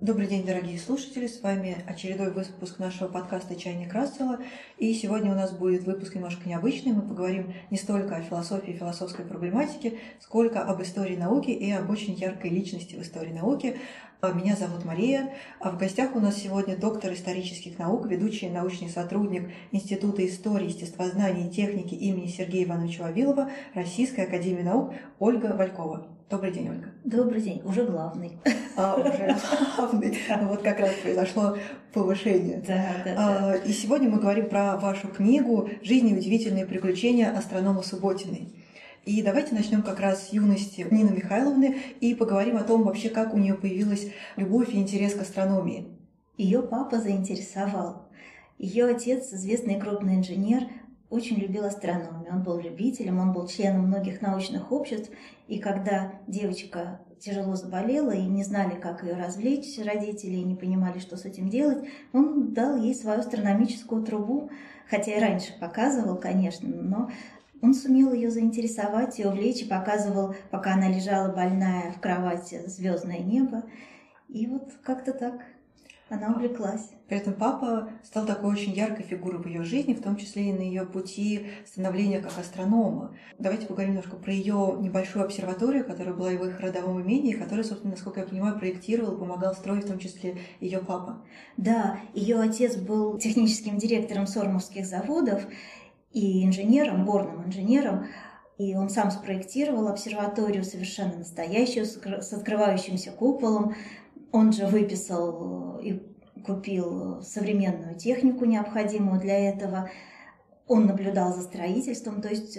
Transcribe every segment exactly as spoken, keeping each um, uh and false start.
Добрый день, дорогие слушатели, с вами очередной выпуск нашего подкаста «Чайник Рассела». И сегодня у нас будет выпуск немножко необычный. Мы поговорим не столько о философии и философской проблематике, сколько об истории науки и об очень яркой личности в истории науки. Меня зовут Мария, а в гостях у нас сегодня доктор исторических наук, ведущий научный сотрудник Института истории, естествознания и техники имени Сергея Ивановича Вавилова Российской академии наук Ольга Валькова. Добрый день, Ольга. Добрый день, уже главный. А, уже главный. Вот как раз произошло повышение. Да, да, а, да. И сегодня мы говорим про вашу книгу «Жизнь и удивительные приключения астронома Субботиной». И давайте начнем как раз с юности Нины Михайловны и поговорим о том вообще, как у нее появилась любовь и интерес к астрономии. Ее папа заинтересовал. Ее отец, известный крупный инженер, очень любил астрономию. Он был любителем, он был членом многих научных обществ. И когда девочка тяжело заболела и не знали, как ее развлечь, родители не понимали, что с этим делать, он дал ей свою астрономическую трубу, хотя и раньше показывал, конечно, но он сумел ее заинтересовать и увлечь, и показывал, пока она лежала больная в кровати, звездное небо. И вот как-то так она увлеклась. При этом папа стал такой очень яркой фигурой в ее жизни, в том числе и на ее пути становления как астронома. Давайте поговорим немножко про ее небольшую обсерваторию, которая была в их родовом имении, которую, собственно, насколько я понимаю, проектировал и помогал строить в том числе ее папа. Да, ее отец был техническим директором Сормовских заводов и инженером, горным инженером. И он сам спроектировал обсерваторию совершенно настоящую, с открывающимся куполом. Он же выписал и купил современную технику, необходимую для этого. Он наблюдал за строительством, то есть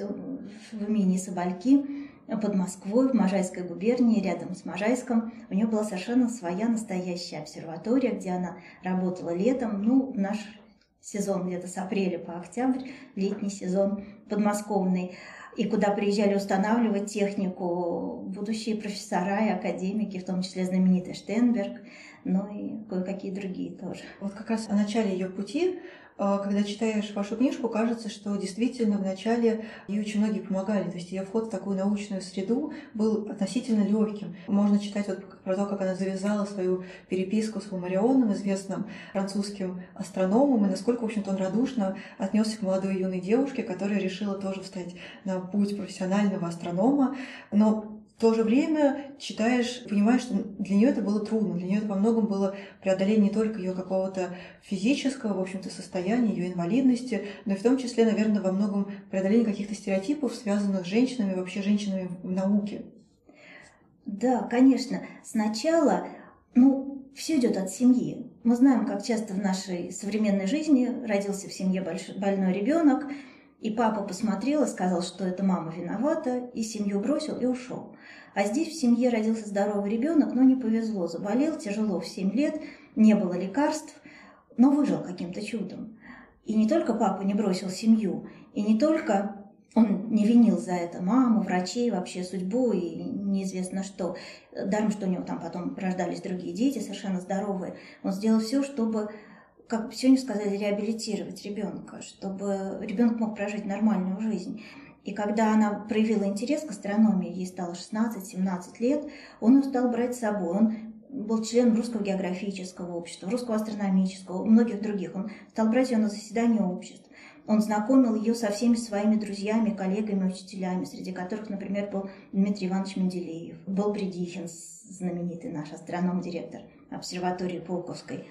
в имении Собольки под Москвой, в Можайской губернии, рядом с Можайском. У нее была совершенно своя настоящая обсерватория, где она работала летом, ну, наш сезон где-то с апреля по октябрь, летний сезон подмосковный, и куда приезжали устанавливать технику будущие профессора и академики, в том числе знаменитый Штенберг, ну и кое-какие другие тоже. Вот как раз о начале ее пути, когда читаешь вашу книжку, кажется, что действительно вначале ей очень многие помогали. То есть ее вход в такую научную среду был относительно легким. Можно читать вот про то, как она завязала свою переписку с Фламарионом, известным французским астрономом, и насколько, в общем-то, он радушно отнесся к молодой юной девушке, которая решила тоже встать на путь профессионального астронома. Но в то же время читаешь, понимаешь, что для нее это было трудно, для нее это во многом было преодоление не только ее какого-то физического, в общем-то, состояния, ее инвалидности, но и в том числе, наверное, во многом преодоление каких-то стереотипов, связанных с женщинами, вообще женщинами в науке. Да, конечно. Сначала, ну, все идет от семьи. Мы знаем, как часто в нашей современной жизни родился в семье больш... больной ребенок, и папа посмотрел и сказал, что это мама виновата, и семью бросил и ушел. А здесь в семье родился здоровый ребенок, но не повезло, заболел тяжело в семь лет, не было лекарств, но выжил каким-то чудом. И не только папа не бросил семью, и не только он не винил за это маму, врачей, вообще судьбу и неизвестно что. Даром, что у него там потом рождались другие дети, совершенно здоровые. Он сделал все, чтобы, как сегодня сказали, реабилитировать ребенка, чтобы ребенок мог прожить нормальную жизнь. И когда она проявила интерес к астрономии, ей стало шестнадцать-семнадцать лет, он ее стал брать с собой. Он был членом Русского географического общества, Русского астрономического, многих других. Он стал брать ее на заседания обществ. Он знакомил ее со всеми своими друзьями, коллегами, учителями, среди которых, например, был Дмитрий Иванович Менделеев, был Бредихин, знаменитый наш астроном-директор обсерватории Пулковской.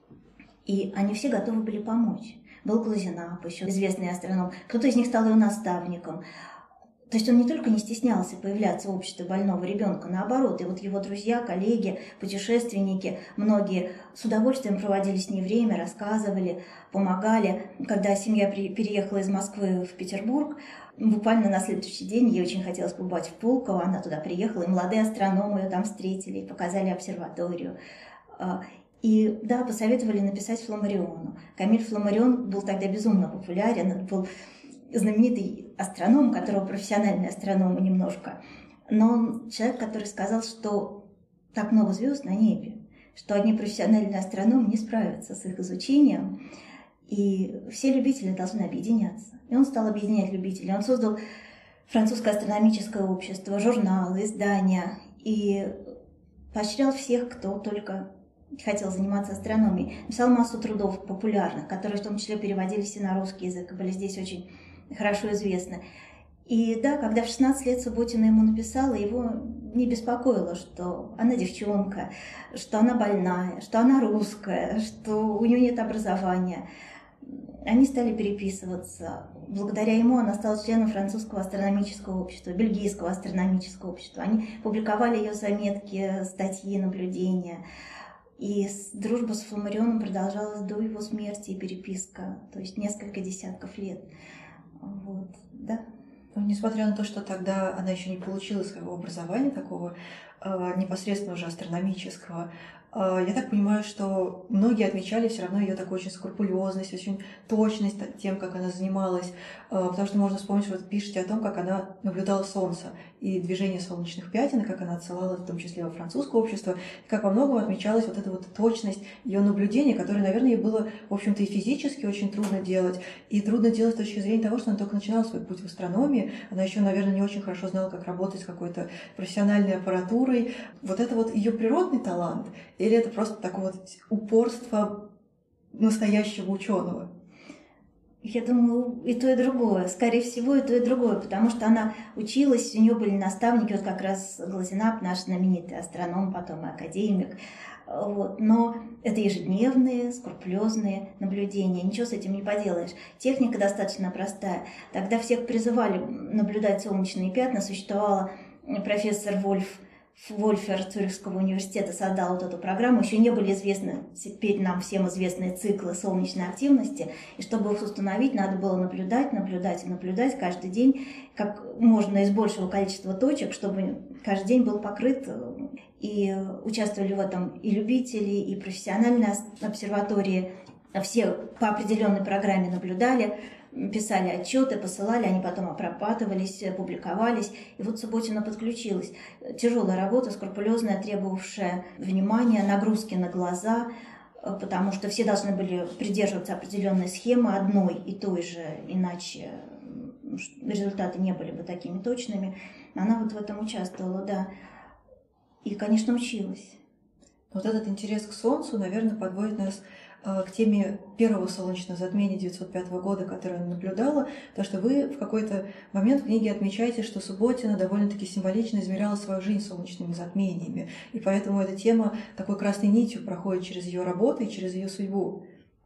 И они все готовы были помочь. Был Глазенап, еще известный астроном. Кто-то из них стал ее наставником. То есть он не только не стеснялся появляться в обществе больного ребенка, наоборот, и вот его друзья, коллеги, путешественники, многие с удовольствием проводили с ней время, рассказывали, помогали. Когда семья переехала из Москвы в Петербург, буквально на следующий день ей очень хотелось побывать в Пулково, она туда приехала, и молодые астрономы ее там встретили, показали обсерваторию. И да, посоветовали написать Фламариону. Камиль Фламарион был тогда безумно популярен, это был знаменитый астроном, которого профессиональный астроном немножко, но он человек, который сказал, что так много звезд на небе, что одни профессиональные астрономы не справятся с их изучением, и все любители должны объединяться. И он стал объединять любителей. Он создал французское астрономическое общество, журналы, издания, и поощрял всех, кто только хотел заниматься астрономией. Написал массу трудов популярных, которые в том числе переводились и на русский язык, и были здесь очень хорошо известны. И да, когда в шестнадцать лет Субботина ему написала, его не беспокоило, что она девчонка, что она больная, что она русская, что у нее нет образования. Они стали переписываться. Благодаря ему она стала членом французского астрономического общества, бельгийского астрономического общества. Они публиковали ее заметки, статьи, наблюдения. И дружба с Фламарионом продолжалась до его смерти, и переписка, то есть несколько десятков лет. Вот, да. Но несмотря на то, что тогда она еще не получила своего образования, такого э, непосредственно уже астрономического, э, я так понимаю, что многие отмечали все равно ее такую очень скрупулезность, очень точность тем, как она занималась, э, потому что можно вспомнить, что вы пишете о том, как она наблюдала Солнце и движение солнечных пятен, и как она отсылала, в том числе во французское общество, и как во многом отмечалась вот эта вот точность ее наблюдения, которое, наверное, ей было, в общем-то, и физически очень трудно делать, и трудно делать с точки зрения того, что она только начинала свой путь в астрономии, она еще, наверное, не очень хорошо знала, как работать с какой-то профессиональной аппаратурой. Вот это вот ее природный талант, или это просто такое вот упорство настоящего ученого? Я думаю, и то, и другое. Скорее всего, и то, и другое, потому что она училась, у нее были наставники, вот как раз Глазенап, наш знаменитый астроном, потом и академик. Вот. Но это ежедневные, скрупулезные наблюдения, ничего с этим не поделаешь. Техника достаточно простая. Тогда всех призывали наблюдать солнечные пятна. Существовала профессор Вольф Вольфер Цюрихского университета создал вот эту программу. Еще не были известны, теперь нам всем известные циклы солнечной активности. И чтобы их установить, надо было наблюдать, наблюдать и наблюдать каждый день, как можно из большего количества точек, чтобы каждый день был покрыт. И участвовали в этом и любители, и профессиональные обсерватории. Все по определенной программе наблюдали, писали отчеты, посылали, они потом обрабатывались, публиковались. И вот Субботина подключилась. Тяжелая работа, скрупулезная, требовавшая внимания, нагрузки на глаза, потому что все должны были придерживаться определенной схемы, одной и той же, иначе результаты не были бы такими точными. Она вот в этом участвовала, да. И, конечно, училась. Вот этот интерес к Солнцу, наверное, подводит нас к теме первого солнечного затмения девятьсот пятого года, которое она наблюдала, то, что вы в какой-то момент в книге отмечаете, что Субботина довольно-таки символично измеряла свою жизнь солнечными затмениями, и поэтому эта тема такой красной нитью проходит через ее работу и через ее судьбу.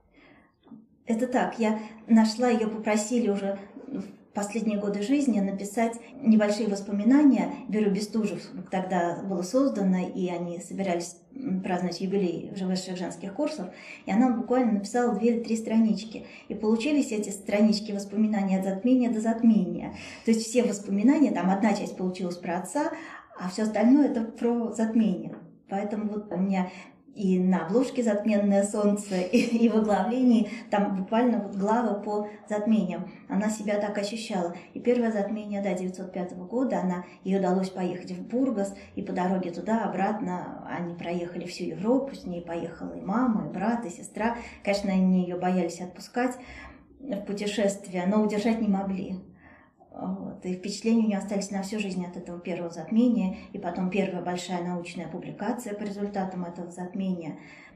Это так. Я нашла, ее попросили уже в последние годы жизни написать небольшие воспоминания. Беру Бестужев тогда было создано, и они собирались праздновать юбилей высших женских курсов, и она буквально написала две или три странички. И получились эти странички воспоминаний от затмения до затмения. То есть все воспоминания, там одна часть получилась про отца, а все остальное это про затмение. Поэтому вот у меня и на обложке «Затменное солнце», и, и в оглавлении там буквально вот главы по затмениям. Она себя так ощущала. И первое затмение, да, девятьсот пятого года, она, ей удалось поехать в Бургас, и по дороге туда, обратно, они проехали всю Европу, с ней поехала и мама, и брат, и сестра. Конечно, они ее боялись отпускать в путешествие, но удержать не могли. Вот. И впечатления у нее остались на всю жизнь от этого первого затмения, и потом первая большая научная публикация по результатам этого затмения.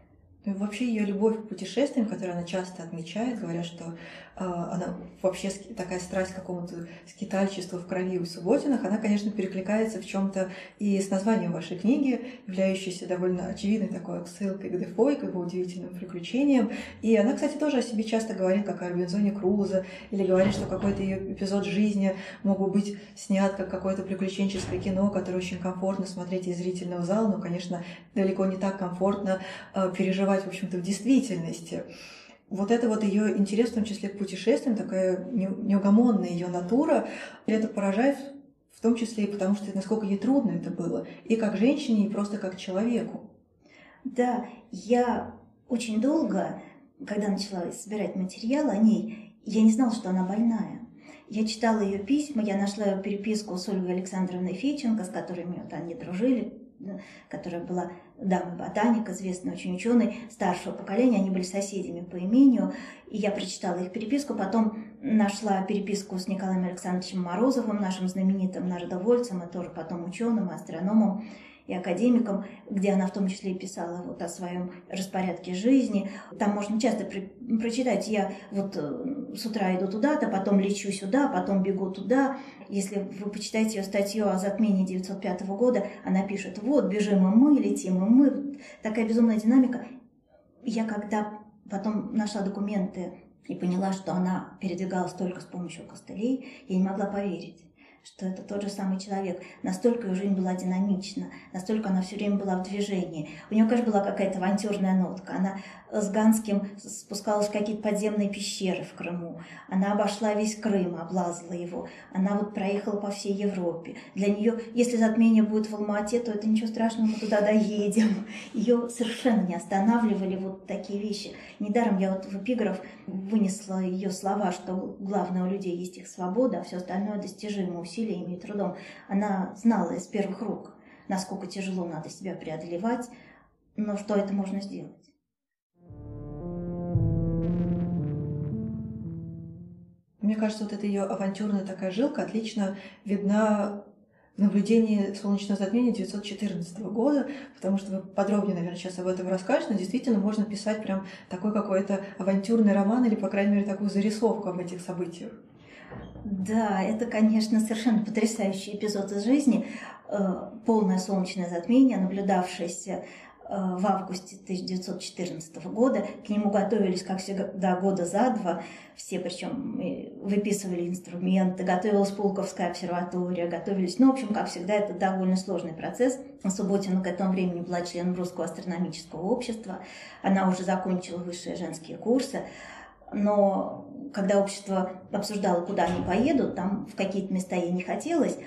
И вообще ее любовь к путешествиям, которую она часто отмечает, говорят, что э, она вообще такая страсть к какому-то скитальчеству в крови у Субботиных, она, конечно, перекликается в чем-то и с названием вашей книги, являющейся довольно очевидной такой отсылкой к Дефо и к его удивительным приключениям. И она, кстати, тоже о себе часто говорит, как о Робинзоне Крузо, или говорит, что какой-то ее эпизод жизни мог бы быть снят как какое-то приключенческое кино, которое очень комфортно смотреть из зрительного зала, но, конечно, далеко не так комфортно э, переживать, в общем-то, в действительности. Вот это вот ее интерес, в том числе к путешествиям, такая неугомонная ее натура, и это поражает в том числе и потому, что насколько ей трудно это было, и как женщине, и просто как человеку. Да, я очень долго, когда начала собирать материал о ней, я не знала, что она больная. Я читала ее письма, я нашла ее переписку с Ольгой Александровной Фейченко, с которой мы вот они дружили, которая была дамой-ботаник, известный очень ученый старшего поколения, они были соседями по имению, и я прочитала их переписку, потом нашла переписку с Николаем Александровичем Морозовым, нашим знаменитым народовольцем, и тоже потом ученым, астрономом, и академиком, где она в том числе и писала вот о своем распорядке жизни. Там можно часто при, прочитать: я вот с утра иду туда-то, потом лечу сюда, потом бегу туда. Если вы почитаете ее статью о затмении девятьсот пятого года, она пишет: вот бежим и мы, летим и мы. Такая безумная динамика. Я когда потом нашла документы и поняла, что она передвигалась только с помощью костылей, я не могла поверить, что это тот же самый человек. Настолько ее жизнь была динамична, настолько она все время была в движении. У нее, конечно, была какая-то авантюрная нотка. Она с Ганским спускалась в какие-то подземные пещеры в Крыму. Она обошла весь Крым, облазала его. Она вот проехала по всей Европе. Для нее, если затмение будет в Алма-Ате, то это ничего страшного, мы туда доедем. Ее совершенно не останавливали вот такие вещи. Недаром я вот в эпиграф вынесла ее слова, что главное у людей есть их свобода, а все остальное достижимо усилиями и трудом. Она знала из первых рук, насколько тяжело надо себя преодолевать, но что это можно сделать. Мне кажется, вот эта ее авантюрная такая жилка отлично видна в наблюдении солнечного затмения девятьсот четырнадцатого года, потому что вы подробнее, наверное, сейчас об этом расскажете, но действительно можно писать прям такой какой-то авантюрный роман или, по крайней мере, такую зарисовку об этих событиях. Да, это, конечно, совершенно потрясающий эпизод из жизни. Полное солнечное затмение, наблюдавшееся в августе тысяча девятьсот четырнадцатого года. К нему готовились, как всегда, года за два. Все, причем, выписывали инструменты, готовилась Пулковская обсерватория, готовились. Ну, в общем, как всегда, это довольно сложный процесс. Субботина к этому времени была членом Русского астрономического общества. Она уже закончила высшие женские курсы. Но когда общество обсуждало, куда они поедут, там в какие-то места ей не хотелось,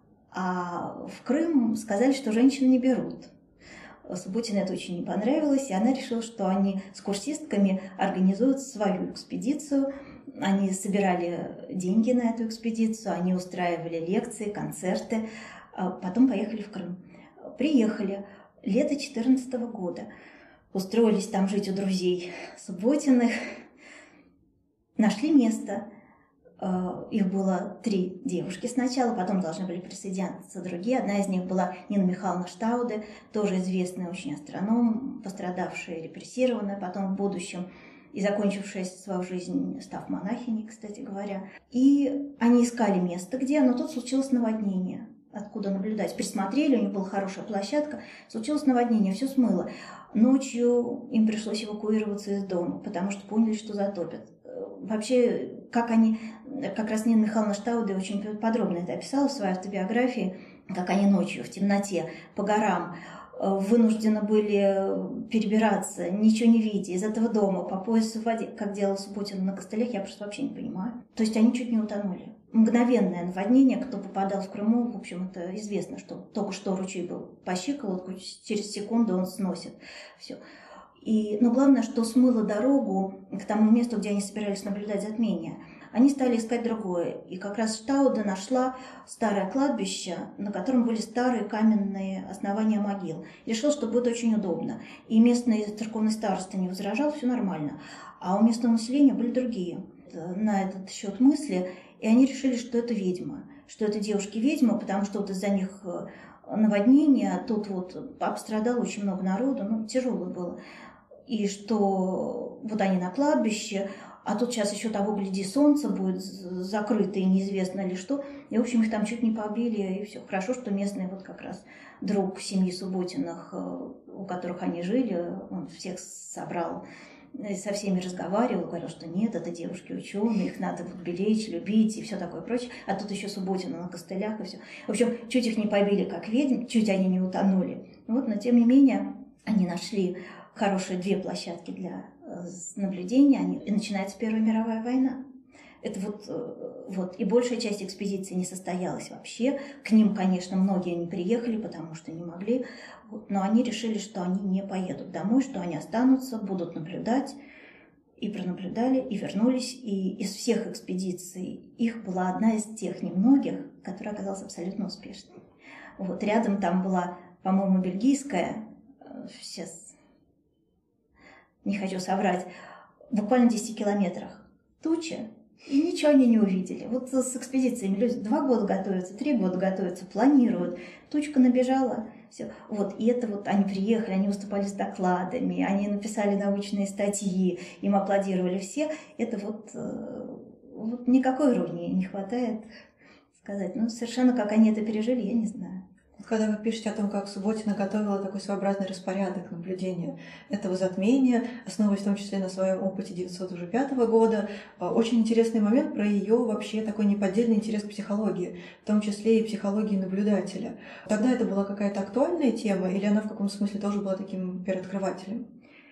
а в Крым сказали, что женщин не берут. Субботине это очень не понравилось, и она решила, что они с курсистками организуют свою экспедицию. Они собирали деньги на эту экспедицию, они устраивали лекции, концерты, а потом поехали в Крым. Приехали, лето две тысячи четырнадцатого года, устроились там жить у друзей Субботиных, нашли место. Их было три девушки сначала, потом должны были присоединяться другие. Одна из них была Нина Михайловна Штауде, тоже известный очень астроном, пострадавшая, репрессированная потом в будущем и закончившая свою жизнь, став монахиней, кстати говоря. И они искали место, где, но тут случилось наводнение. Откуда наблюдать? Присмотрели, у них была хорошая площадка, случилось наводнение, все смыло. Ночью им пришлось эвакуироваться из дома, потому что поняли, что затопят. Вообще, как они, как раз Нина Михайловна Штауде очень подробно это описала в своей автобиографии, как они ночью в темноте по горам вынуждены были перебираться, ничего не видя, из этого дома по поясу в воде, как делала Субботина на костылях, я просто вообще не понимаю. То есть они чуть не утонули. Мгновенное наводнение, кто попадал в Крыму, в общем, это известно, что только что ручей был по щиколотку, через секунду он сносит все. И, но главное, что смыло дорогу к тому месту, где они собирались наблюдать затмение. Они стали искать другое. И как раз Штауде нашла старое кладбище, на котором были старые каменные основания могил. Решила, что будет очень удобно. И местный церковный староста не возражал, все нормально. А у местного населения были другие на этот счет мысли. И они решили, что это ведьма, что это девушки-ведьмы, потому что вот из-за них наводнение, тут вот обстрадало очень много народу, ну, тяжело было. И что вот они на кладбище, а тут сейчас еще того, гляди, солнце будет закрыто и неизвестно ли что. И, в общем, их там чуть не побили, и все. Хорошо, что местный вот как раз друг семьи Субботиных, у которых они жили, он всех собрал, со всеми разговаривал, говорил, что нет, это девушки-ученые, их надо вот беречь, любить и все такое прочее. А тут еще Субботина на костылях и все. В общем, чуть их не побили, как ведьм, чуть они не утонули. Вот, но тем не менее, они нашли хорошие две площадки для наблюдения, они, и начинается Первая мировая война. Это вот, вот, и большая часть экспедиции не состоялась вообще. К ним, конечно, многие не приехали, потому что не могли. Вот, но они решили, что они не поедут домой, что они останутся, будут наблюдать. И пронаблюдали, и вернулись. И из всех экспедиций их была одна из тех немногих, которая оказалась абсолютно успешной. Вот, рядом там была, по-моему, бельгийская, сейчас не хочу соврать, буквально в десяти километрах туча, и ничего они не увидели. Вот с экспедициями люди два года готовятся, три года готовятся, планируют. Тучка набежала, все. Вот, и это вот они приехали, они выступали с докладами, они написали научные статьи, им аплодировали все. Это вот, вот никакой иронии не хватает сказать. Ну, совершенно как они это пережили, я не знаю. Когда вы пишете о том, как Субботина готовила такой своеобразный распорядок наблюдения этого затмения, основываясь в том числе на своем опыте девятьсот пятого года, очень интересный момент про ее вообще такой неподдельный интерес к психологии, в том числе и психологии наблюдателя. Тогда это была какая-то актуальная тема, или она в каком-то смысле тоже была таким первооткрывателем?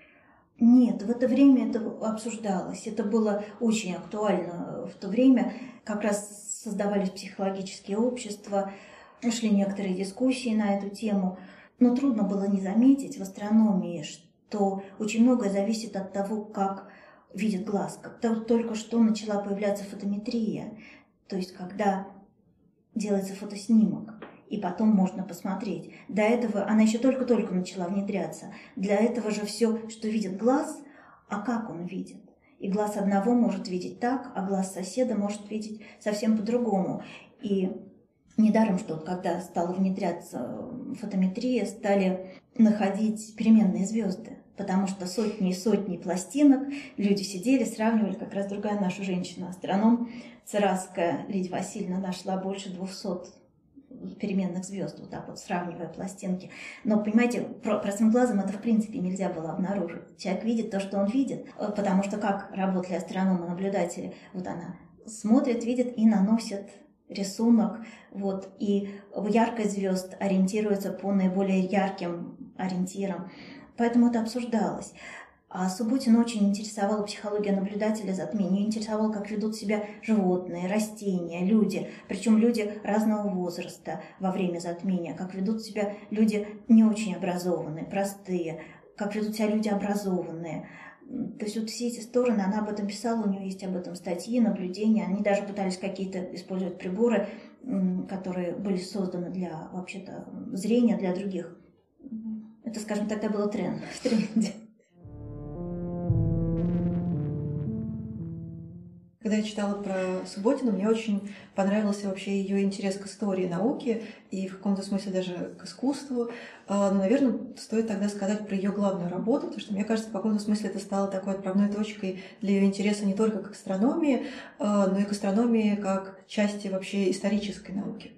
Нет, в это время это обсуждалось. Это было очень актуально в то время. Как раз создавались психологические общества, шли некоторые дискуссии на эту тему, но трудно было не заметить в астрономии, что очень многое зависит от того, как видит глаз. Когда только что начала появляться фотометрия, то есть когда делается фотоснимок, и потом можно посмотреть. До этого она еще только-только начала внедряться. Для этого же все, что видит глаз, а как он видит. И глаз одного может видеть так, а глаз соседа может видеть совсем по-другому. И недаром, что когда стала внедряться фотометрия, стали находить переменные звезды, потому что сотни и сотни пластинок люди сидели, сравнивали. Как раз другая наша женщина-астроном, Цераская Лидия Васильевна, нашла больше двухсот переменных звезд, вот так вот сравнивая пластинки. Но, понимаете, простым глазом это в принципе нельзя было обнаружить. Человек видит то, что он видит, потому что как работали астрономы-наблюдатели, вот она смотрит, видит и наносит рисунок, вот, и яркость звезд ориентируется по наиболее ярким ориентирам. Поэтому это обсуждалось. А Субботину очень интересовала психология наблюдателя затмений, интересовала, как ведут себя животные, растения, люди, причем люди разного возраста во время затмения, как ведут себя люди не очень образованные, простые, как ведут себя люди образованные. То есть вот все эти стороны, она об этом писала, у нее есть об этом статьи, наблюдения. Они даже пытались какие-то использовать приборы, которые были созданы для, вообще-то, зрения для других. Это, скажем, тогда было тренд, в тренде. Когда я читала про Субботину, мне очень понравился вообще ее интерес к истории науки и в каком-то смысле даже к искусству. Но, наверное, стоит тогда сказать про ее главную работу, потому что, мне кажется, в каком-то смысле это стало такой отправной точкой для ее интереса не только к астрономии, но и к астрономии как части вообще исторической науки.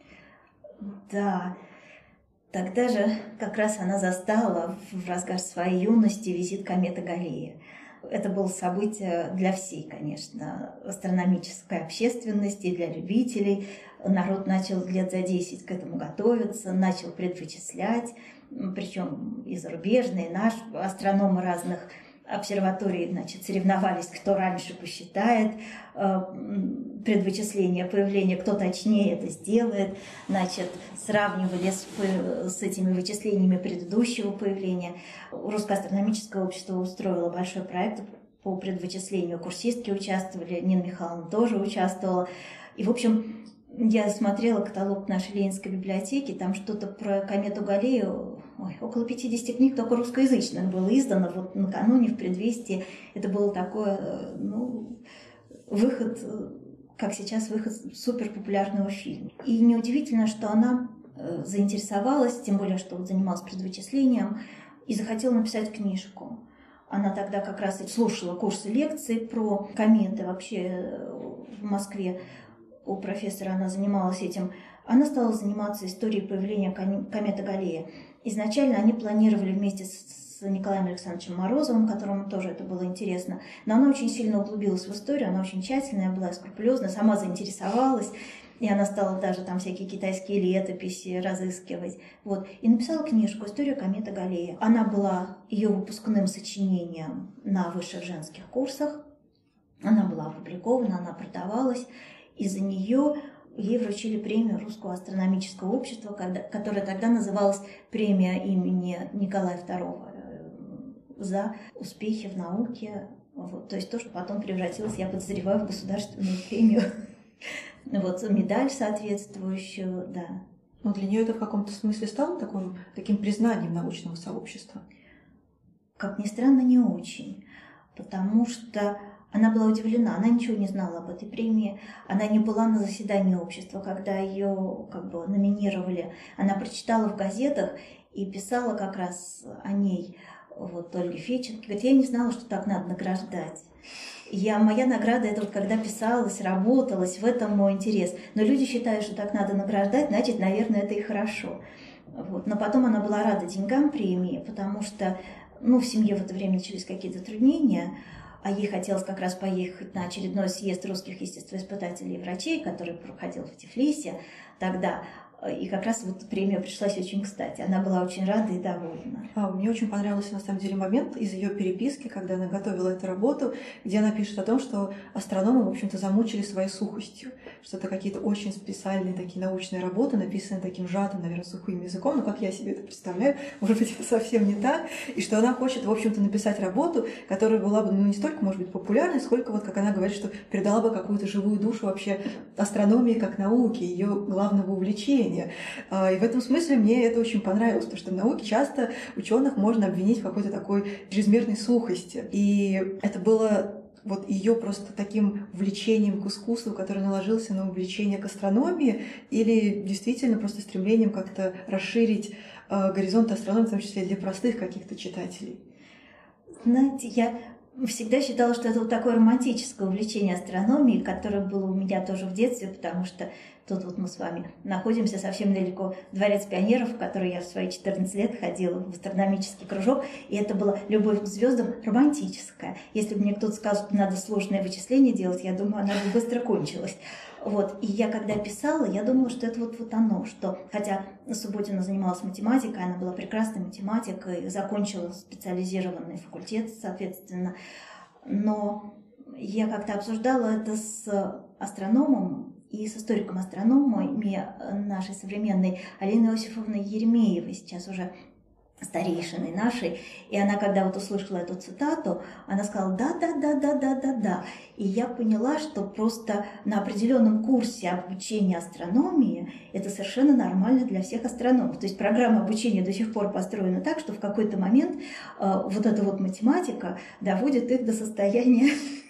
Да, тогда же как раз она застала в разгар своей юности визит кометы Галлея. Это было событие для всей, конечно, астрономической общественности, для любителей. Народ начал лет за десять к этому готовиться, начал предвычислять, причем и зарубежные, и наши астрономы разных обсерваторий, значит, соревновались, кто раньше посчитает предвычисление появления, кто точнее это сделает, значит, сравнивали с, с этими вычислениями предыдущего появления. Русское астрономическое общество устроило большой проект по предвычислению, курсистки участвовали, Нина Михайловна тоже участвовала. И, в общем, я смотрела каталог нашей Ленинской библиотеки, там что-то про комету Галлею, ой, около пятидесяти книг только русскоязычных было издано, вот накануне, в предвестии. Это было такое, ну, выход, как сейчас, выход суперпопулярного фильма. И неудивительно, что она заинтересовалась, тем более, что вот занималась предвычислением, и захотела написать книжку. Она тогда как раз и слушала курсы лекций про кометы вообще в Москве. У профессора она занималась этим. Она стала заниматься историей появления кометы Галлея. Изначально они планировали вместе с Николаем Александровичем Морозовым, которому тоже это было интересно. Но она очень сильно углубилась в историю, она очень тщательная была, скрупулезная, сама заинтересовалась. И она стала даже там всякие китайские летописи разыскивать. Вот. И написала книжку «История кометы Галлея». Она была ее выпускным сочинением на высших женских курсах. Она была опубликована, она продавалась. И за нее ей вручили премию Русского астрономического общества, которая тогда называлась премия имени Николая второго за успехи в науке. Вот. То есть то, что потом превратилось, я подозреваю, в государственную премию. Вот медаль соответствующую, да. Но для нее это в каком-то смысле стало таким, таким признанием научного сообщества? Как ни странно, не очень. Потому что Она была удивлена, она ничего не знала об этой премии, она не была на заседании общества, когда ее как бы номинировали. Она прочитала в газетах и писала как раз о ней, вот Ольге Федченко, говорит, я не знала, что так надо награждать. Я, моя награда это вот когда писалась, работалась, в этом мой интерес. Но люди считают, что так надо награждать, значит, наверное, это и хорошо. Вот. Но потом она была рада деньгам премии, потому что ну, в семье в это время начались какие-то затруднения, а ей хотелось как раз поехать на очередной съезд русских естествоиспытателей и врачей, который проходил в Тифлисе тогда. И как раз вот премия пришлась очень кстати. Она была очень рада и довольна. А, мне очень понравился на самом деле момент из ее переписки, когда она готовила эту работу, где она пишет о том, что астрономы, в общем-то, замучили своей сухостью, что это какие-то очень специальные такие научные работы, написанные таким сжатым, наверное, сухим языком, ну, как я себе это представляю, может быть, это совсем не так, и что она хочет, в общем-то, написать работу, которая была бы, ну, не столько, может быть, популярной, сколько, вот, как она говорит, что передала бы какую-то живую душу вообще астрономии как науки, ее главного увлечения. И в этом смысле мне это очень понравилось, потому что в науке часто ученых можно обвинить в какой-то такой чрезмерной сухости. И это было вот ее просто таким влечением к искусству, который наложился на увлечение к астрономии, или действительно просто стремлением как-то расширить горизонт астрономии, в том числе для простых каких-то читателей. Знаете, я всегда считала, что это вот такое романтическое увлечение астрономией, которое было у меня тоже в детстве, потому что тут вот мы с вами находимся совсем недалеко Дворец пионеров, в который я в свои четырнадцать лет ходила в астрономический кружок, и это была любовь к звездам романтическая. Если бы мне кто-то сказал, что надо сложные вычисления делать, я думаю, она бы быстро кончилась. Вот. И я когда писала, я думала, что это вот, вот оно, что, хотя Субботина занималась математикой, она была прекрасной математикой, закончила специализированный факультет, соответственно, но я как-то обсуждала это с астрономом и с историком астрономии нашей современной Алиной Иосифовной Еремеевой, сейчас уже старейшиной нашей, и она, когда вот услышала эту цитату, она сказала «да-да-да-да-да-да-да». И я поняла, что просто на определенном курсе обучения астрономии это совершенно нормально для всех астрономов. То есть программа обучения до сих пор построена так, что в какой-то момент э, вот эта вот математика доводит их до состояния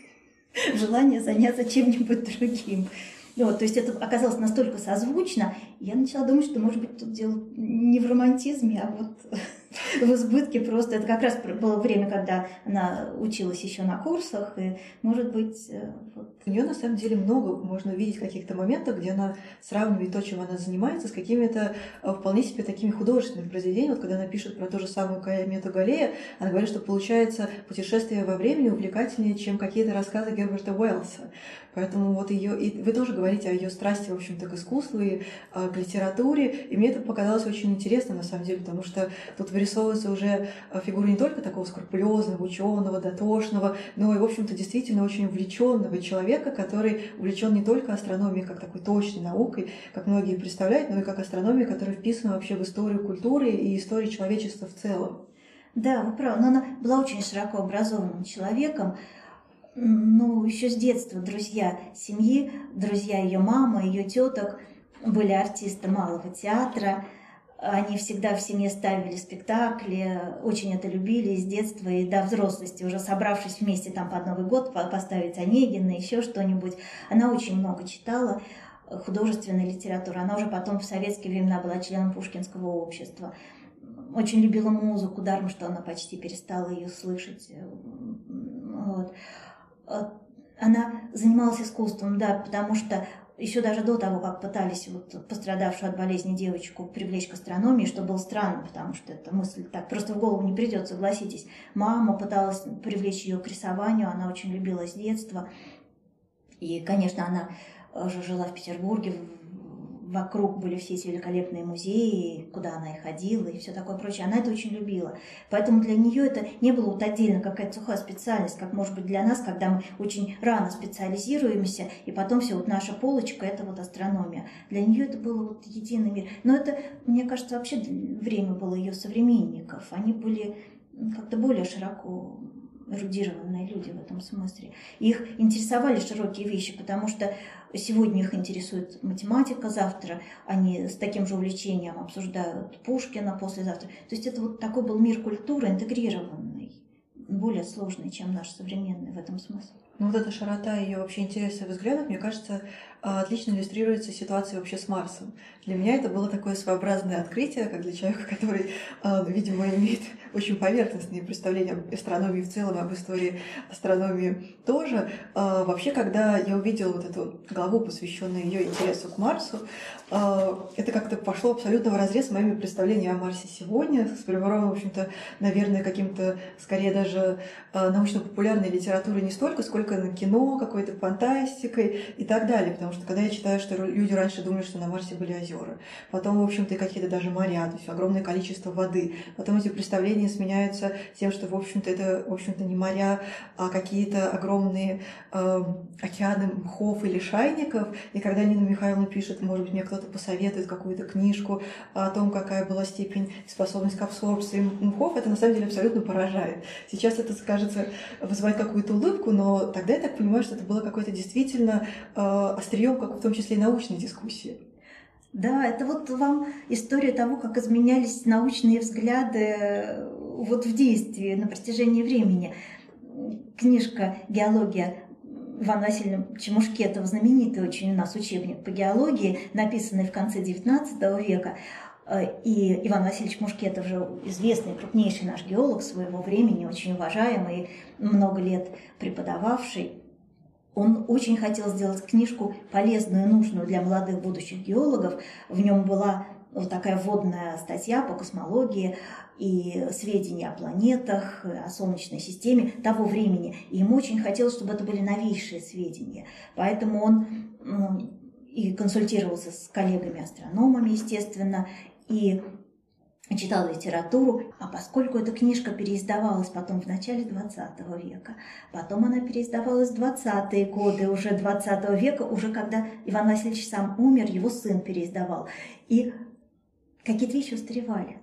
желания заняться чем-нибудь другим. Вот, то есть это оказалось настолько созвучно, я начала думать, что, может быть, тут дело не в романтизме, а вот в избытке просто. Это как раз было время, когда она училась еще на курсах, и, может быть... Вот... У нее, на самом деле, много можно увидеть каких-то моментов, где она сравнивает то, чем она занимается, с какими-то вполне себе такими художественными произведениями. Вот когда она пишет про ту же самую комету Галлея, она говорит, что получается путешествие во времени увлекательнее, чем какие-то рассказы Герберта Уэллса. Поэтому вот ее... И вы тоже говорите о ее страсти, в общем-то, к искусству и к литературе. И мне это показалось очень интересно, на самом деле, потому что тут вырисовывается уже фигура не только такого скрупулезного, ученого, дотошного, но и, в общем-то, действительно очень увлеченного человека, который увлечен не только астрономией как такой точной наукой, как многие представляют, но и как астрономией, которая вписана вообще в историю культуры и историю человечества в целом. Да, вы правы, но она была очень широко образованным человеком. Ну, еще с детства друзья семьи, друзья ее мамы, ее теток были артисты малого театра. Они всегда в семье ставили спектакли, очень это любили с детства и до взрослости, уже собравшись вместе там под Новый год поставить Онегина, еще что-нибудь. Она очень много читала художественной литературы. Она уже потом в советские времена была членом Пушкинского общества. Очень любила музыку, даром, что она почти перестала ее слышать. Вот. Она занималась искусством, да, потому что еще даже до того, как пытались вот пострадавшую от болезни девочку привлечь к астрономии, что было странно, потому что эта мысль так просто в голову не придет, согласитесь. Мама пыталась привлечь ее к рисованию, она очень любила с детства. И, конечно, она уже жила в Петербурге, вокруг были все эти великолепные музеи, куда она и ходила, и все такое прочее. Она это очень любила. Поэтому для нее это не было вот отдельно какая-то сухая специальность, как может быть для нас, когда мы очень рано специализируемся, и потом все, вот наша полочка – это вот астрономия. Для нее это было вот единый мир. Но это, мне кажется, вообще время было ее современников. Они были как-то более широко эрудированные люди в этом смысле. Их интересовали широкие вещи, потому что сегодня их интересует математика, завтра они с таким же увлечением обсуждают Пушкина, послезавтра. То есть это вот такой был мир культуры интегрированный, более сложный, чем наш современный в этом смысле. Ну, вот эта широта ее вообще интересов и взглядов, мне кажется, отлично иллюстрируется ситуацией вообще с Марсом. Для меня это было такое своеобразное открытие, как для человека, который, видимо, имеет очень поверхностные представления об астрономии в целом, об истории астрономии тоже. Вообще, когда я увидела вот эту главу, посвященную ее интересу к Марсу, это как-то пошло абсолютно вразрез с моими представлениями о Марсе сегодня, с привором, в общем-то, наверное, каким-то, скорее даже научно-популярной литературой не столько, сколько на кино, какой-то фантастикой и так далее. Потому что когда я читаю, что люди раньше думали, что на Марсе были озера, потом, в общем-то, и какие-то даже моря, то есть огромное количество воды, потом эти представления сменяются тем, что, в общем-то, это, в общем-то, не моря, а какие-то огромные э, океаны мхов или шайников. И когда Нина Михайловна пишет, может быть, мне кто-то посоветует какую-то книжку о том, какая была степень и способность к абсорбции мхов, это на самом деле абсолютно поражает. Сейчас это, кажется, вызывает какую-то улыбку, но тогда я так понимаю, что это было какое-то действительно э, острием, как в том числе и научной дискуссии. Да, это вот вам история того, как изменялись научные взгляды вот в действии на протяжении времени. Книжка «Геология» Ивана Васильевича Мушкетова, знаменитый очень у нас учебник по геологии, написанный в конце девятнадцатого века. И Иван Васильевич Мушкетов же известный, крупнейший наш геолог своего времени, очень уважаемый, много лет преподававший. Он очень хотел сделать книжку полезную, нужную для молодых будущих геологов. В нем была вот такая вводная статья по космологии и сведения о планетах, о Солнечной системе того времени. И ему очень хотелось, чтобы это были новейшие сведения. Поэтому он и консультировался с коллегами-астрономами, естественно, и читал литературу, а поскольку эта книжка переиздавалась потом в начале двадцатого века, потом она переиздавалась в двадцатые годы уже двадцатого века, уже когда Иван Васильевич сам умер, его сын переиздавал, и какие-то вещи устаревали.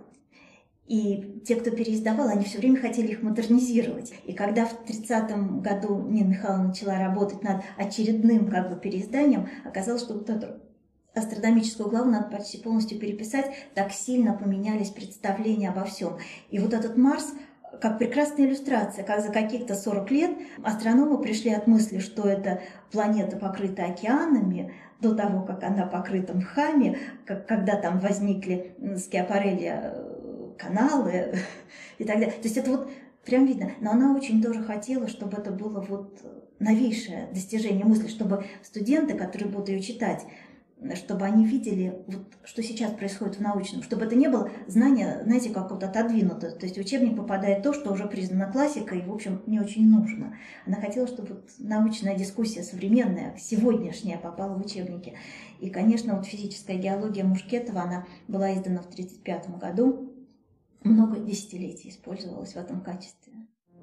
И те, кто переиздавал, они все время хотели их модернизировать. И когда в тридцатом году Нина Михайловна начала работать над очередным как бы переизданием, оказалось, что вот эту астрономическую главу надо почти полностью переписать, так сильно поменялись представления обо всем. И вот этот Марс как прекрасная иллюстрация, как за каких-то сорок лет астрономы пришли от мысли, что эта планета покрыта океанами, до того, как она покрыта мхами, как, когда там возникли скиапарелли каналы и так далее. То есть это вот прям видно. Но она очень тоже хотела, чтобы это было вот новейшее достижение мысли, чтобы студенты, которые будут ее читать, чтобы они видели, вот, что сейчас происходит в научном, чтобы это не было знание, знаете, как вот отодвинуто. То есть в учебник попадает то, что уже признано классикой и, в общем, не очень нужно. Она хотела, чтобы вот научная дискуссия современная, сегодняшняя, попала в учебники. И, конечно, вот физическая геология Мушкетова, она была издана в тридцать пятом году, много десятилетий использовалась в этом качестве.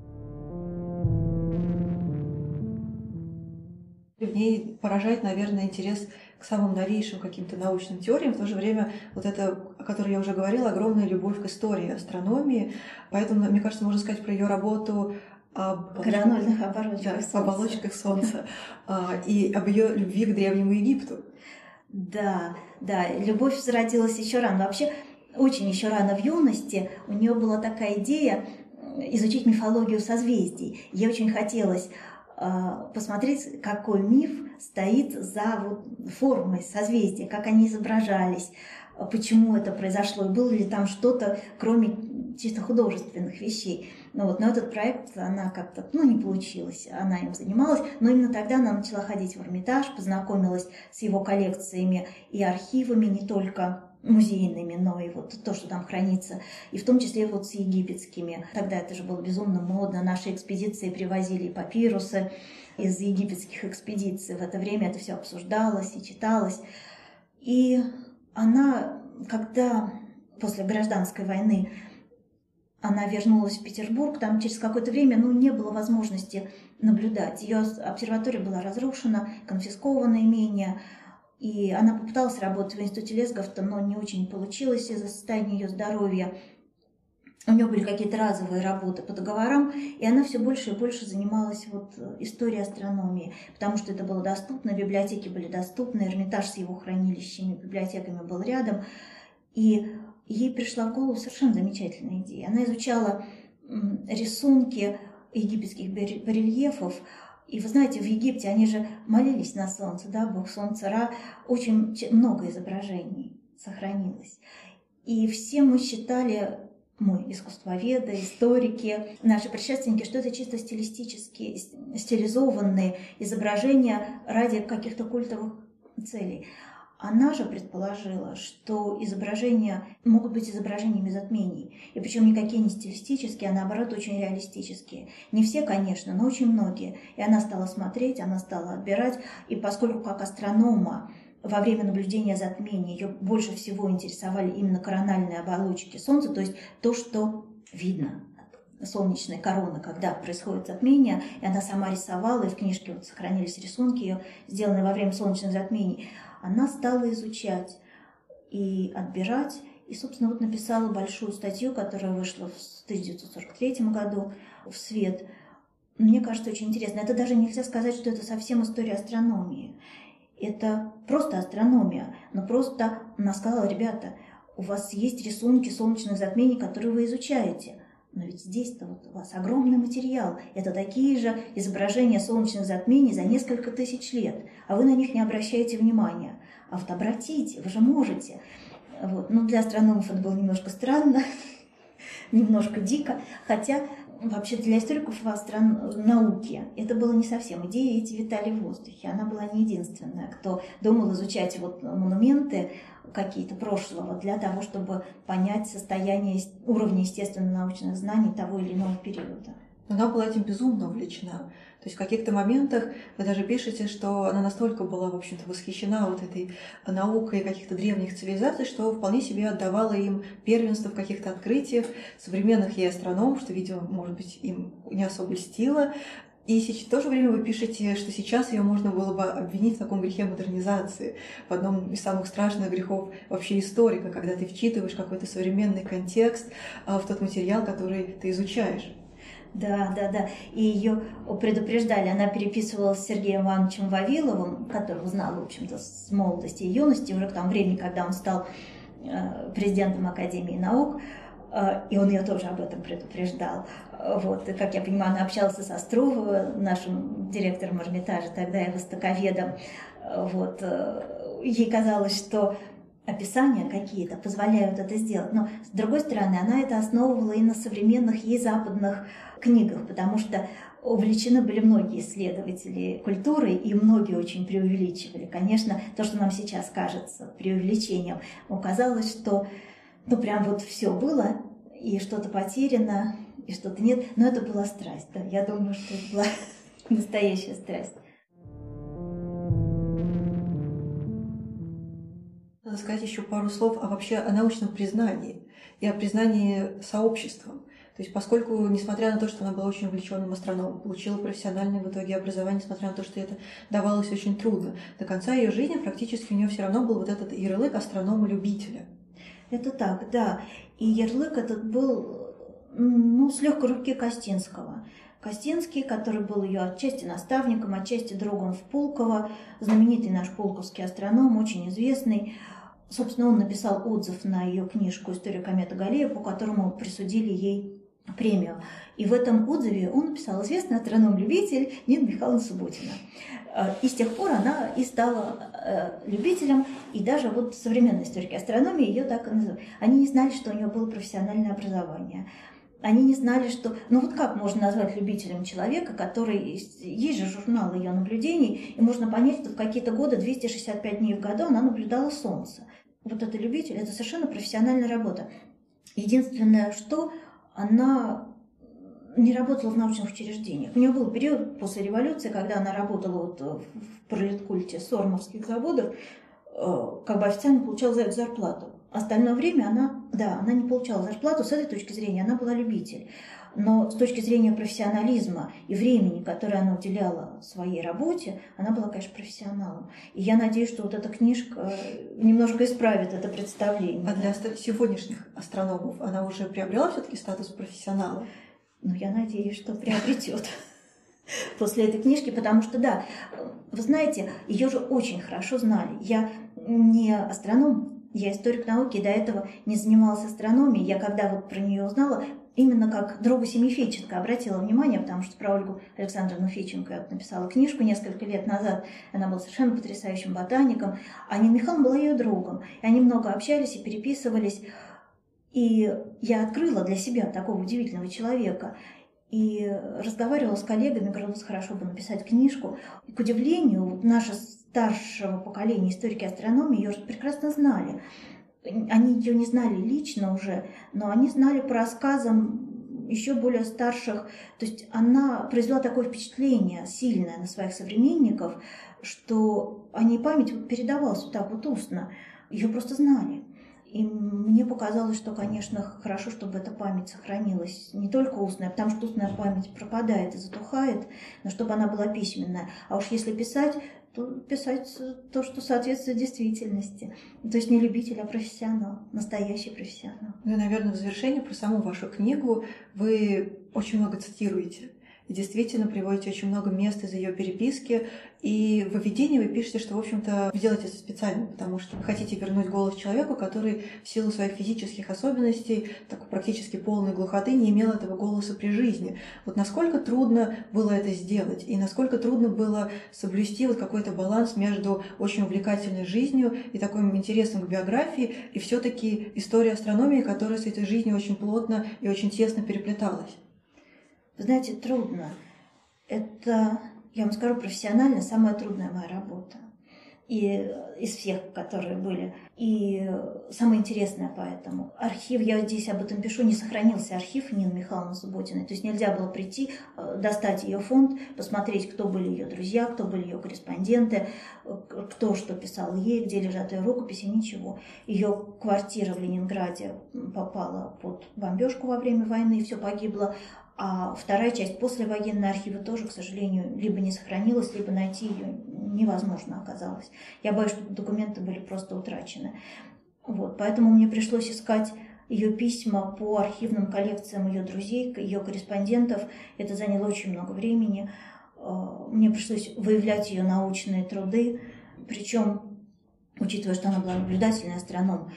В ней поражает, наверное, интерес к самым новейшим каким-то научным теориям, в то же время вот это, о которой я уже говорила, огромная любовь к истории астрономии. Поэтому, мне кажется, можно сказать про ее работу об гранульных оболочках, да, Солнца. оболочках Солнца и об ее любви к Древнему Египту. Да, да, любовь зародилась еще рано. Вообще, очень еще рано в юности у нее была такая идея изучить мифологию созвездий. Ей очень хотелось посмотреть, какой миф стоит за вот формой созвездия, как они изображались, почему это произошло, и было ли там что-то, кроме чисто художественных вещей. Ну вот, но этот проект, она как-то, ну, не получилось, она им занималась, но именно тогда она начала ходить в Эрмитаж, познакомилась с его коллекциями и архивами, не только музейными, но и вот то, что там хранится, и в том числе вот с египетскими. Тогда это же было безумно модно, наши экспедиции привозили папирусы из египетских экспедиций, в это время это все обсуждалось и читалось. И она, когда после гражданской войны она вернулась в Петербург, там через какое-то время, ну, не было возможности наблюдать. Ее обсерватория была разрушена, конфисковано имение, и она попыталась работать в институте Лесговта, но не очень получилось из-за состояния ее здоровья. У нее были какие-то разовые работы по договорам, и она все больше и больше занималась вот историей астрономии, потому что это было доступно, библиотеки были доступны, Эрмитаж с его хранилищами, библиотеками был рядом, и ей пришла в голову совершенно замечательная идея. Она изучала рисунки египетских барельефов И вы знаете, в Египте они же молились на солнце, да, бог солнца Ра, очень много изображений сохранилось. И все мы считали, мы, искусствоведы, историки, наши предшественники, что это чисто стилистические, стилизованные изображения ради каких-то культовых целей. Она же предположила, что изображения могут быть изображениями затмений. И причем никакие не стилистические, а наоборот очень реалистические. Не все, конечно, но очень многие. И она стала смотреть, она стала отбирать. И поскольку как астронома во время наблюдения затмений ее больше всего интересовали именно корональные оболочки Солнца, то есть то, что видно, солнечная корона, когда происходит затмение, и она сама рисовала, и в книжке вот сохранились рисунки ее, сделанные во время солнечных затмений, она стала изучать и отбирать, и, собственно, вот написала большую статью, которая вышла в тысяча девятьсот сорок третьем году в свет. Мне кажется, очень интересно. Это даже нельзя сказать, что это совсем история астрономии. Это просто астрономия, но просто она сказала: ребята, у вас есть рисунки солнечных затмений, которые вы изучаете. Но ведь здесь-то вот у вас огромный материал. Это такие же изображения солнечных затмений за несколько тысяч лет. А вы на них не обращаете внимания. А вот обратите, вы же можете. Вот. Ну, для астрономов это было немножко странно, немножко дико. Хотя вообще для историков астрон... науки это было не совсем. Идеи эти витали в воздухе. Она была не единственная, кто думал изучать вот монументы какие-то прошлого для того, чтобы понять состояние уровня естественно-научных знаний того или иного периода. Но она была этим безумно увлечена. То есть в каких-то моментах вы даже пишете, что она настолько была, в общем-то, восхищена вот этой наукой каких-то древних цивилизаций, что вполне себе отдавала им первенство в каких-то открытиях современных ей астрономов, что, видимо, может быть, им не особо льстило. И в то же время вы пишете, что сейчас ее можно было бы обвинить в таком грехе модернизации, в одном из самых страшных грехов вообще историка, когда ты вчитываешь какой-то современный контекст в тот материал, который ты изучаешь. Да, да, да. И ее предупреждали. Она переписывалась с Сергеем Ивановичем Вавиловым, которого знала, в общем-то, с молодости и юности, уже к тому времени, когда он стал президентом Академии наук. И он ее тоже об этом предупреждал. Вот. И, как я понимаю, она общалась с Островым, нашим директором Эрмитажа, тогда и востоковедом. Вот. Ей казалось, что описания какие-то позволяют это сделать. Но, с другой стороны, она это основывала и на современных ей западных книгах, потому что увлечены были многие исследователи культуры, и многие очень преувеличивали. Конечно, то, что нам сейчас кажется преувеличением, оказалось, что ну прям вот все было, и что-то потеряно, и что-то нет. Но это была страсть, да. Я думаю, что это была настоящая страсть. Надо сказать еще пару слов о вообще о научном признании и о признании сообществом. То есть, поскольку, несмотря на то, что она была очень увлеченным астрономом, получила профессиональное в итоге образование, несмотря на то, что это давалось очень трудно, до конца ее жизни практически у нее все равно был вот этот ярлык астронома-любителя. Это так, да. И ярлык этот был, ну, с легкой руки Костинского. Костинский, который был ее отчасти наставником, отчасти другом в Пулково, знаменитый наш пулковский астроном, очень известный. Собственно, он написал отзыв на ее книжку «История кометы Галлея», по которому присудили ей премию. И в этом отзыве он написал: известный астроном-любитель Нина Михайловна Субботина. И с тех пор она и стала любителем, и даже вот современные историки астрономии ее так и называют. Они не знали, что у нее было профессиональное образование. Они не знали, что... Ну вот как можно назвать любителем человека, который... Есть же журнал ее наблюдений, и можно понять, что в какие-то годы, двести шестьдесят пять дней в году, она наблюдала Солнце. Вот это любитель, это совершенно профессиональная работа. Единственное, что она не работала в научных учреждениях. У нее был период после революции, когда она работала вот в пролеткульте сормовских заводов, как бы официально получала за это зарплату. Остальное время она, да, она не получала зарплату. С этой точки зрения она была любитель. Но с точки зрения профессионализма и времени, которое она уделяла своей работе, она была, конечно, профессионалом. И я надеюсь, что вот эта книжка немножко исправит это представление. А для сегодняшних астрономов она уже приобрела все-таки статус профессионала? Ну, я надеюсь, что приобретет после этой книжки, потому что, да, вы знаете, ее же очень хорошо знали. Я не астроном, я историк науки, до этого не занималась астрономией. Я когда вот про нее узнала, именно как другу семьи Федченко обратила внимание, потому что про Ольгу Александровну Федченко я написала книжку несколько лет назад. Она была совершенно потрясающим ботаником, а Нина Михайловна была ее другом. И они много общались и переписывались. И я открыла для себя такого удивительного человека. И разговаривала с коллегами, говорила, хорошо бы написать книжку. И, к удивлению, наше старшего поколения историки астрономии ее прекрасно знали. Они ее не знали лично уже, но они знали по рассказам еще более старших. То есть она произвела такое впечатление сильное на своих современников, что о ней память передавалась вот так вот устно. Ее просто знали. И мне показалось, что, конечно, хорошо, чтобы эта память сохранилась не только устная, потому что устная память пропадает и затухает, но чтобы она была письменная. А уж если писать, то писать то, что соответствует действительности. То есть не любитель, а профессионал, настоящий профессионал. Ну и, наверное, в завершение про саму вашу книгу вы очень много цитируете. И действительно приводите очень много мест из ее переписки. И в введении вы пишете, что, в общем-то, вы делаете это специально, потому что вы хотите вернуть голос человеку, который в силу своих физических особенностей, такой практически полной глухоты, не имел этого голоса при жизни. Вот насколько трудно было это сделать, и насколько трудно было соблюсти вот какой-то баланс между очень увлекательной жизнью и таким интересом к биографии, и все-таки историей астрономии, которая с этой жизнью очень плотно и очень тесно переплеталась. Вы знаете, трудно. Это, я вам скажу, профессионально самая трудная моя работа. И из всех, которые были. И самое интересное поэтому. Архив, я здесь об этом пишу, не сохранился архив Нины Михайловны Субботиной. То есть нельзя было прийти, достать ее фонд, посмотреть, кто были ее друзья, кто были ее корреспонденты, кто что писал ей, где лежат ее рукописи, ничего. Ее квартира в Ленинграде попала под бомбежку во время войны, все погибло. А вторая часть послевоенной архива тоже, к сожалению, либо не сохранилась, либо найти ее невозможно оказалось. Я боюсь, что документы были просто утрачены. Вот, поэтому мне пришлось искать ее письма по архивным коллекциям ее друзей, ее корреспондентов. Это заняло очень много времени. Мне пришлось выявлять ее научные труды, причем, учитывая, что она была наблюдательный астроном,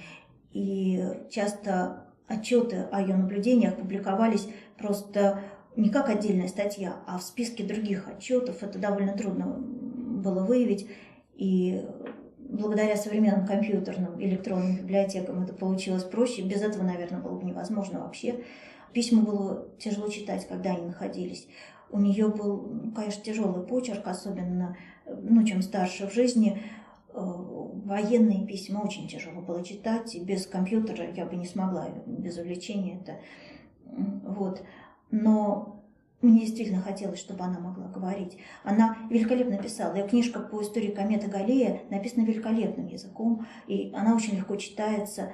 и часто отчеты о ее наблюдениях публиковались просто не как отдельная статья, а в списке других отчетов. Это довольно трудно было выявить. И благодаря современным компьютерным электронным библиотекам это получилось проще. Без этого, наверное, было бы невозможно вообще. Письма было тяжело читать, когда они находились. У нее был, конечно, тяжелый почерк, особенно, ну, чем старше в жизни. Военные письма очень тяжело было читать. И без компьютера я бы не смогла, без увлечения это. Вот. Но мне действительно хотелось, чтобы она могла говорить. Она великолепно писала. Ее книжка по истории кометы Галлея написана великолепным языком, и она очень легко читается.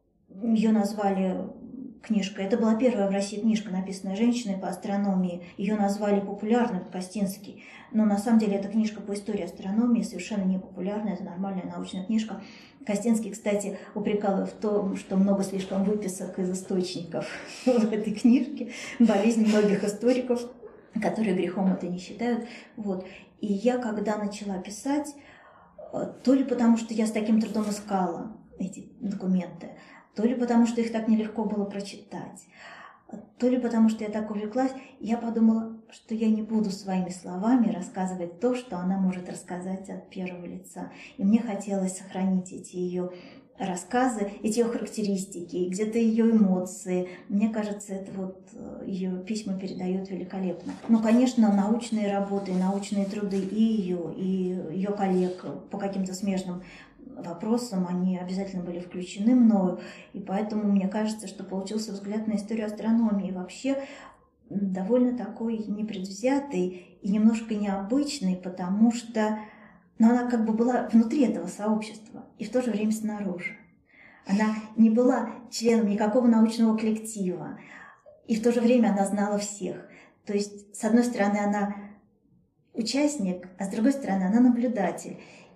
Ее назвали книжкой. Это была первая в России книжка, написанная женщиной по астрономии. Ее назвали популярной, Костинский. Но на самом деле эта книжка по истории астрономии совершенно не популярная, это нормальная научная книжка. Костинский, кстати, упрекал ее в том, что много слишком выписок из источников в этой книжке. Болезнь многих историков, которые грехом это не считают. Вот. И я, когда начала писать, то ли потому, что я с таким трудом искала эти документы, то ли потому, что их так нелегко было прочитать, то ли потому, что я так увлеклась, я подумала, что я не буду своими словами рассказывать то, что она может рассказать от первого лица. И мне хотелось сохранить эти ее рассказы, эти ее характеристики, где-то ее эмоции. Мне кажется, это вот ее письма передают великолепно. Но, конечно, научные работы, научные труды и ее, и ее коллег по каким-то смежным вопросам, они обязательно были включены мною, и поэтому мне кажется, что получился взгляд на историю астрономии вообще довольно такой непредвзятый и немножко необычный, потому что ну, она как бы была внутри этого сообщества и в то же время снаружи. Она не была членом никакого научного коллектива, и в то же время она знала всех. То есть, с одной стороны, она участник, а с другой стороны, она наблюдатель.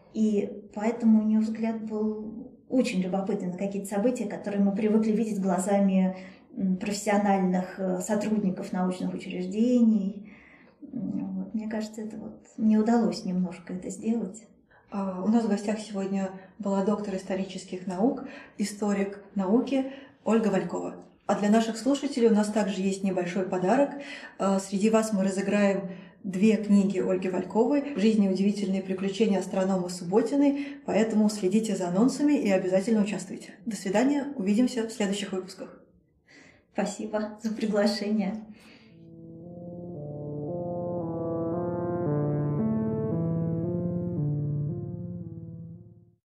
И поэтому у нее взгляд был очень любопытный на какие-то события, которые мы привыкли видеть глазами профессиональных сотрудников научных учреждений. Вот. Мне кажется, это вот мне удалось немножко это сделать. У нас в гостях сегодня была доктор исторических наук, историк науки Ольга Валькова. А для наших слушателей у нас также есть небольшой подарок. Среди вас мы разыграем две книги Ольги Вальковой «Жизнь и удивительные приключения астронома Субботиной», поэтому следите за анонсами и обязательно участвуйте. До свидания, увидимся в следующих выпусках. Спасибо за приглашение.